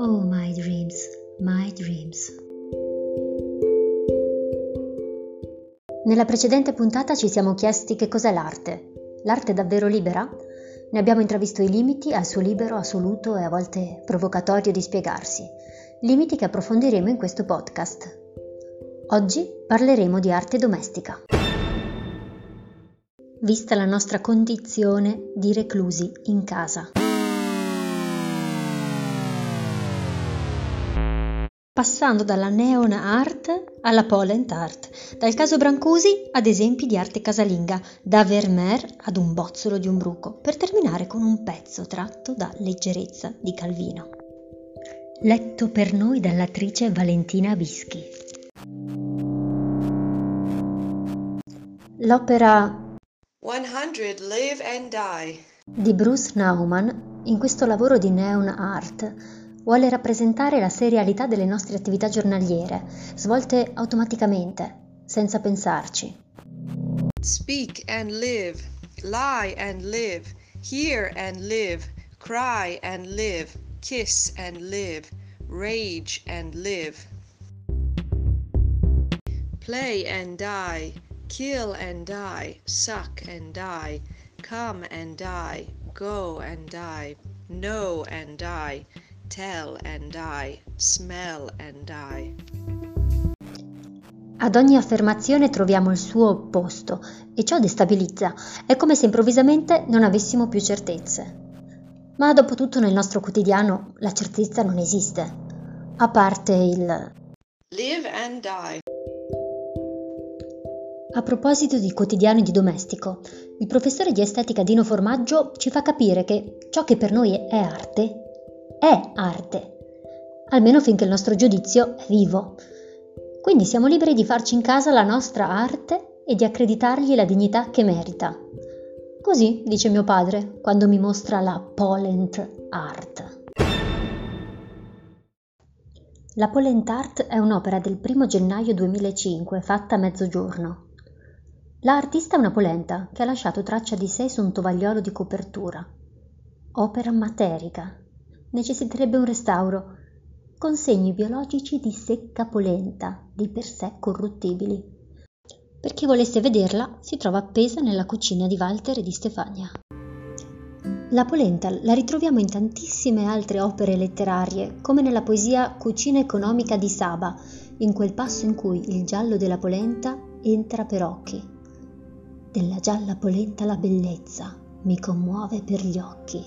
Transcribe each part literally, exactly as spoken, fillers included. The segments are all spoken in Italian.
Oh my dreams, my dreams. Nella precedente puntata ci siamo chiesti che cos'è l'arte. L'arte è davvero libera? Ne abbiamo intravisto i limiti al suo libero, assoluto e a volte provocatorio di spiegarsi. Limiti che approfondiremo in questo podcast. Oggi parleremo di arte domestica. Vista la nostra condizione di reclusi in casa. Passando dalla neon art alla polent art, dal caso Brancusi ad esempi di arte casalinga, da Vermeer ad un bozzolo di un bruco, per terminare con un pezzo tratto da Leggerezza di Calvino. Letto per noi dall'attrice Valentina Vischi. L'opera cento Live and Die di Bruce Nauman, in questo lavoro di neon art, vuole rappresentare la serialità delle nostre attività giornaliere, svolte automaticamente, senza pensarci. Speak and live, lie and live, hear and live, cry and live, kiss and live, rage and live. Play and die, kill and die, suck and die, come and die, go and die, know and die, tell and die, smell and die. Ad ogni affermazione troviamo il suo opposto e ciò destabilizza. È come se improvvisamente non avessimo più certezze. Ma dopo tutto nel nostro quotidiano la certezza non esiste, a parte il Live and die. A proposito di quotidiano e di domestico, il professore di estetica Dino Formaggio ci fa capire che ciò che per noi è arte è arte, almeno finché il nostro giudizio è vivo. Quindi siamo liberi di farci in casa la nostra arte e di accreditargli la dignità che merita. Così dice mio padre quando mi mostra la polent art. La polent art è un'opera del primo gennaio duemilacinque fatta a mezzogiorno. L'artista è una polenta che ha lasciato traccia di sé su un tovagliolo di copertura. Opera materica. Necessiterebbe un restauro, con segni biologici di secca polenta, di per sé corruttibili. Per chi volesse vederla, si trova appesa nella cucina di Walter e di Stefania. La polenta la ritroviamo in tantissime altre opere letterarie, come nella poesia Cucina economica di Saba, in quel passo in cui il giallo della polenta entra per occhi. Della gialla polenta la bellezza mi commuove per gli occhi.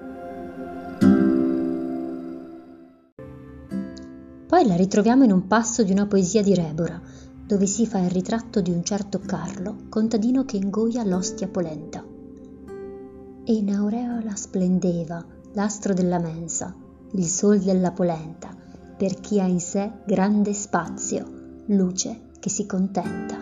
Poi la ritroviamo in un passo di una poesia di Rebora, dove si fa il ritratto di un certo Carlo, contadino che ingoia l'ostia polenta. E in aureola splendeva l'astro della mensa, il sol della polenta, per chi ha in sé grande spazio, luce che si contenta.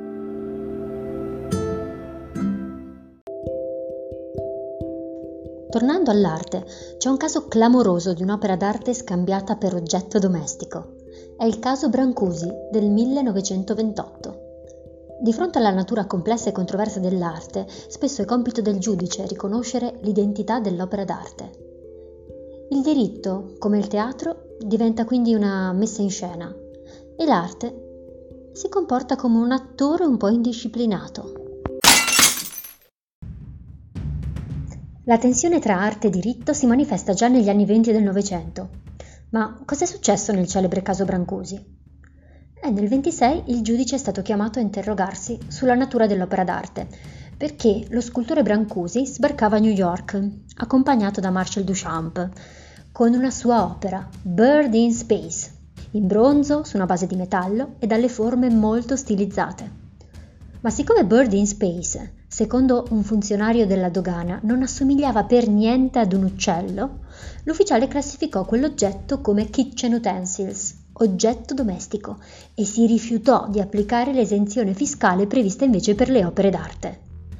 Tornando all'arte, c'è un caso clamoroso di un'opera d'arte scambiata per oggetto domestico. È il caso Brancusi del millenovecentoventotto. Di fronte alla natura complessa e controversa dell'arte, spesso è compito del giudice riconoscere l'identità dell'opera d'arte. Il diritto, come il teatro, diventa quindi una messa in scena e l'arte si comporta come un attore un po' indisciplinato. La tensione tra arte e diritto si manifesta già negli anni venti del Novecento. Ma cos'è successo nel celebre caso Brancusi? E nel ventisei il giudice è stato chiamato a interrogarsi sulla natura dell'opera d'arte, perché lo scultore Brancusi sbarcava a New York, accompagnato da Marcel Duchamp, con una sua opera, Bird in Space, in bronzo su una base di metallo e dalle forme molto stilizzate. Ma siccome Bird in Space, secondo un funzionario della dogana, non assomigliava per niente ad un uccello, l'ufficiale classificò quell'oggetto come kitchen utensils, oggetto domestico, e si rifiutò di applicare l'esenzione fiscale prevista invece per le opere d'arte.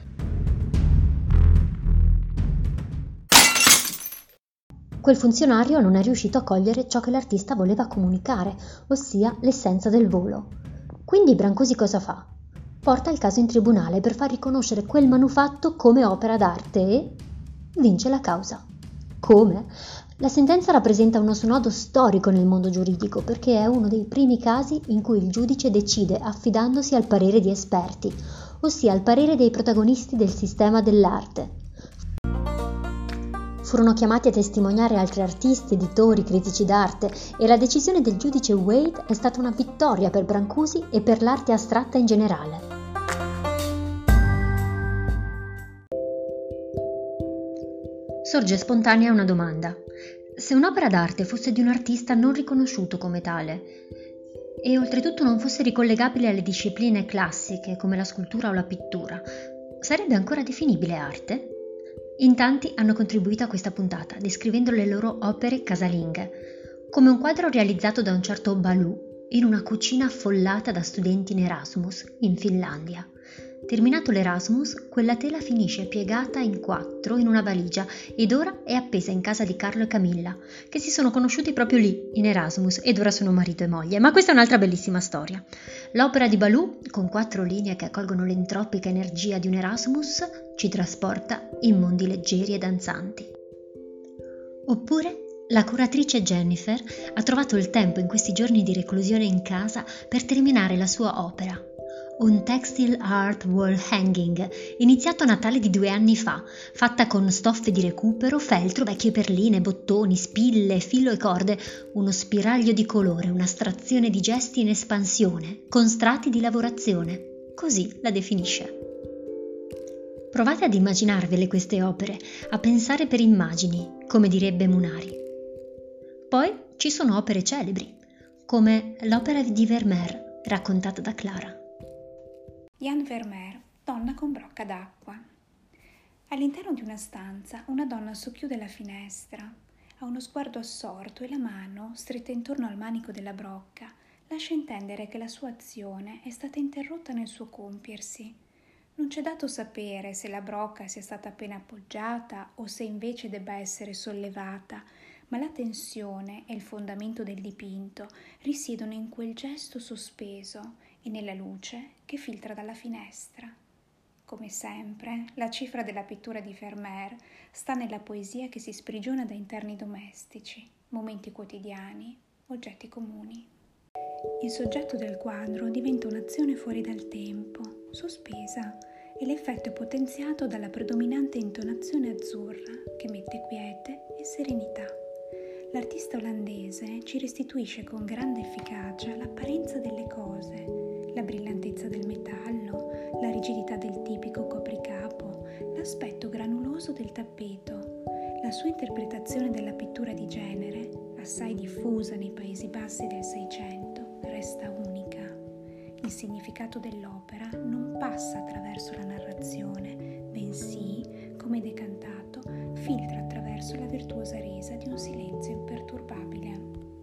Quel funzionario non è riuscito a cogliere ciò che l'artista voleva comunicare, ossia l'essenza del volo. Quindi Brancusi cosa fa? Porta il caso in tribunale per far riconoscere quel manufatto come opera d'arte e vince la causa. Come? La sentenza rappresenta uno snodo storico nel mondo giuridico perché è uno dei primi casi in cui il giudice decide affidandosi al parere di esperti, ossia al parere dei protagonisti del sistema dell'arte. Furono chiamati a testimoniare altri artisti, editori, critici d'arte e la decisione del giudice Wade è stata una vittoria per Brancusi e per l'arte astratta in generale. Sorge spontanea una domanda. Se un'opera d'arte fosse di un artista non riconosciuto come tale e oltretutto non fosse ricollegabile alle discipline classiche come la scultura o la pittura, sarebbe ancora definibile arte? In tanti hanno contribuito a questa puntata, descrivendo le loro opere casalinghe, come un quadro realizzato da un certo Balù in una cucina affollata da studenti in Erasmus, in Finlandia. Terminato l'Erasmus, quella tela finisce piegata in quattro in una valigia ed ora è appesa in casa di Carlo e Camilla, che si sono conosciuti proprio lì, in Erasmus, ed ora sono marito e moglie. Ma questa è un'altra bellissima storia. L'opera di Balù, con quattro linee che accolgono l'entropica energia di un Erasmus, ci trasporta in mondi leggeri e danzanti. Oppure la curatrice Jennifer ha trovato il tempo in questi giorni di reclusione in casa per terminare la sua opera. Un textile art wall hanging, iniziato a Natale di due anni fa, fatta con stoffe di recupero, feltro, vecchie perline, bottoni, spille, filo e corde, uno spiraglio di colore, un'astrazione di gesti in espansione, con strati di lavorazione. Così la definisce. Provate ad immaginarvele queste opere, a pensare per immagini, come direbbe Munari. Poi ci sono opere celebri, come l'opera di Vermeer, raccontata da Clara. Jan Vermeer, Donna con brocca d'acqua. All'interno di una stanza una donna socchiude la finestra, ha uno sguardo assorto e la mano, stretta intorno al manico della brocca, lascia intendere che la sua azione è stata interrotta nel suo compiersi. Non c'è dato sapere se la brocca sia stata appena appoggiata o se invece debba essere sollevata, ma la tensione e il fondamento del dipinto risiedono in quel gesto sospeso e nella luce che filtra dalla finestra. Come sempre, la cifra della pittura di Vermeer sta nella poesia che si sprigiona da interni domestici, momenti quotidiani, oggetti comuni. Il soggetto del quadro diventa un'azione fuori dal tempo, sospesa, e l'effetto è potenziato dalla predominante intonazione azzurra che mette quiete e serenità. L'artista olandese ci restituisce con grande efficacia l'apparenza delle cose, la brillantezza del metallo, la rigidità del tipico copricapo, l'aspetto granuloso del tappeto. La sua interpretazione della pittura di genere, assai diffusa nei Paesi Bassi del Seicento, resta unica. Il significato dell'opera non passa attraverso la narrazione, bensì, come decantato, filtra attraverso la virtuosa resa di un silenzio imperturbabile.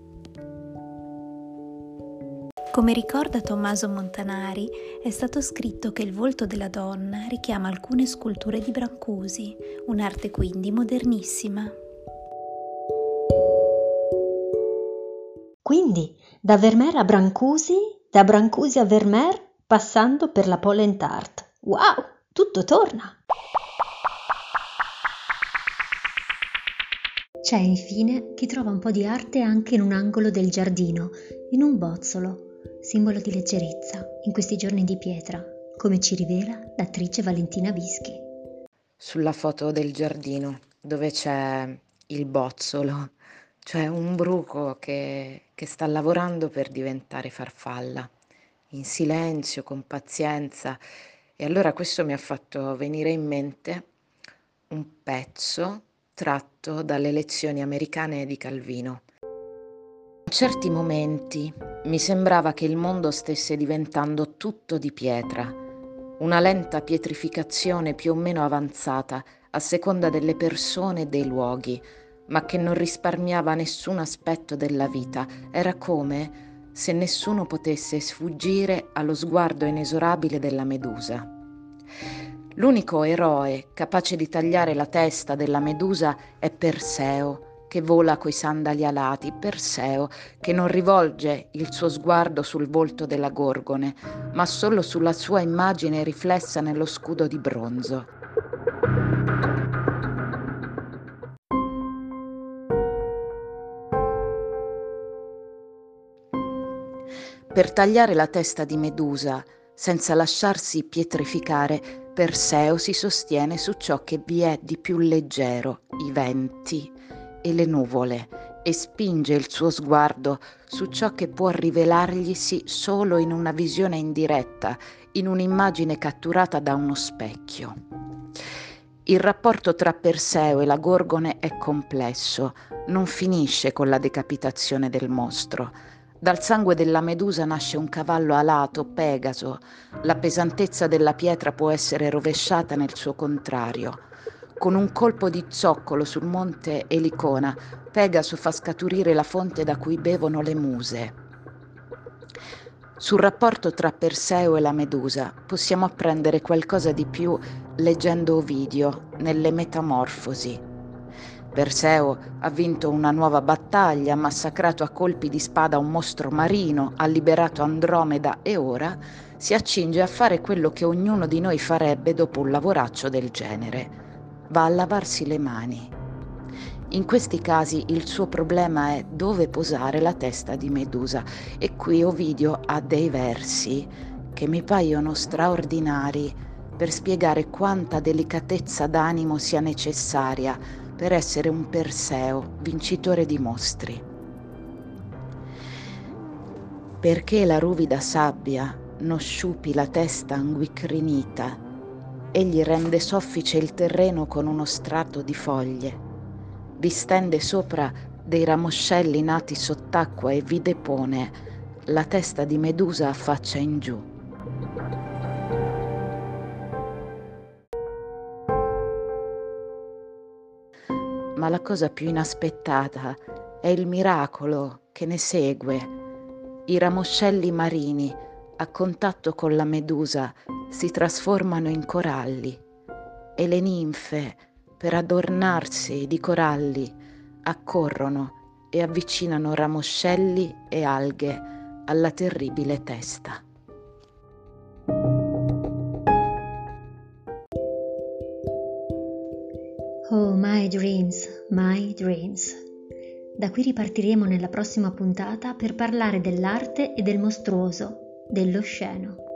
Come ricorda Tommaso Montanari, è stato scritto che il volto della donna richiama alcune sculture di Brancusi, un'arte quindi modernissima. Quindi, da Vermeer a Brancusi, da Brancusi a Vermeer, passando per la Polent Art. Wow, tutto torna! C'è infine chi trova un po' di arte anche in un angolo del giardino, in un bozzolo, simbolo di leggerezza in questi giorni di pietra, come ci rivela l'attrice Valentina Vischi. Sulla foto del giardino, dove c'è il bozzolo, cioè un bruco che, che sta lavorando per diventare farfalla, in silenzio, con pazienza. E allora questo mi ha fatto venire in mente un pezzo tratto dalle lezioni americane di Calvino. In certi momenti mi sembrava che il mondo stesse diventando tutto di pietra, una lenta pietrificazione più o meno avanzata a seconda delle persone e dei luoghi, ma che non risparmiava nessun aspetto della vita. Era come se nessuno potesse sfuggire allo sguardo inesorabile della Medusa. L'unico eroe capace di tagliare la testa della Medusa è Perseo, che vola coi sandali alati, Perseo, che non rivolge il suo sguardo sul volto della Gorgone, ma solo sulla sua immagine riflessa nello scudo di bronzo. Per tagliare la testa di Medusa, senza lasciarsi pietrificare, Perseo si sostiene su ciò che vi è di più leggero, i venti e le nuvole, e spinge il suo sguardo su ciò che può rivelarglisi solo in una visione indiretta, in un'immagine catturata da uno specchio. Il rapporto tra Perseo e la Gorgone è complesso, non finisce con la decapitazione del mostro. Dal sangue della Medusa nasce un cavallo alato, Pegaso. La pesantezza della pietra può essere rovesciata nel suo contrario. Con un colpo di zoccolo sul monte Elicona, Pegaso fa scaturire la fonte da cui bevono le muse. Sul rapporto tra Perseo e la Medusa possiamo apprendere qualcosa di più leggendo Ovidio nelle Metamorfosi. Perseo ha vinto una nuova battaglia, ha massacrato a colpi di spada un mostro marino, ha liberato Andromeda e ora si accinge a fare quello che ognuno di noi farebbe dopo un lavoraccio del genere. Va a lavarsi le mani. In questi casi il suo problema è dove posare la testa di Medusa, e qui Ovidio ha dei versi che mi paiono straordinari per spiegare quanta delicatezza d'animo sia necessaria per essere un Perseo vincitore di mostri. Perché la ruvida sabbia non sciupi la testa anguicrinita, egli rende soffice il terreno con uno strato di foglie, vi stende sopra dei ramoscelli nati sott'acqua e vi depone la testa di Medusa a faccia in giù. Ma la cosa più inaspettata è il miracolo che ne segue. I ramoscelli marini a contatto con la Medusa si trasformano in coralli e le ninfe, per adornarsi di coralli, accorrono e avvicinano ramoscelli e alghe alla terribile testa. Oh, my dreams, my dreams. Da qui ripartiremo nella prossima puntata per parlare dell'arte e del mostruoso, dell'osceno.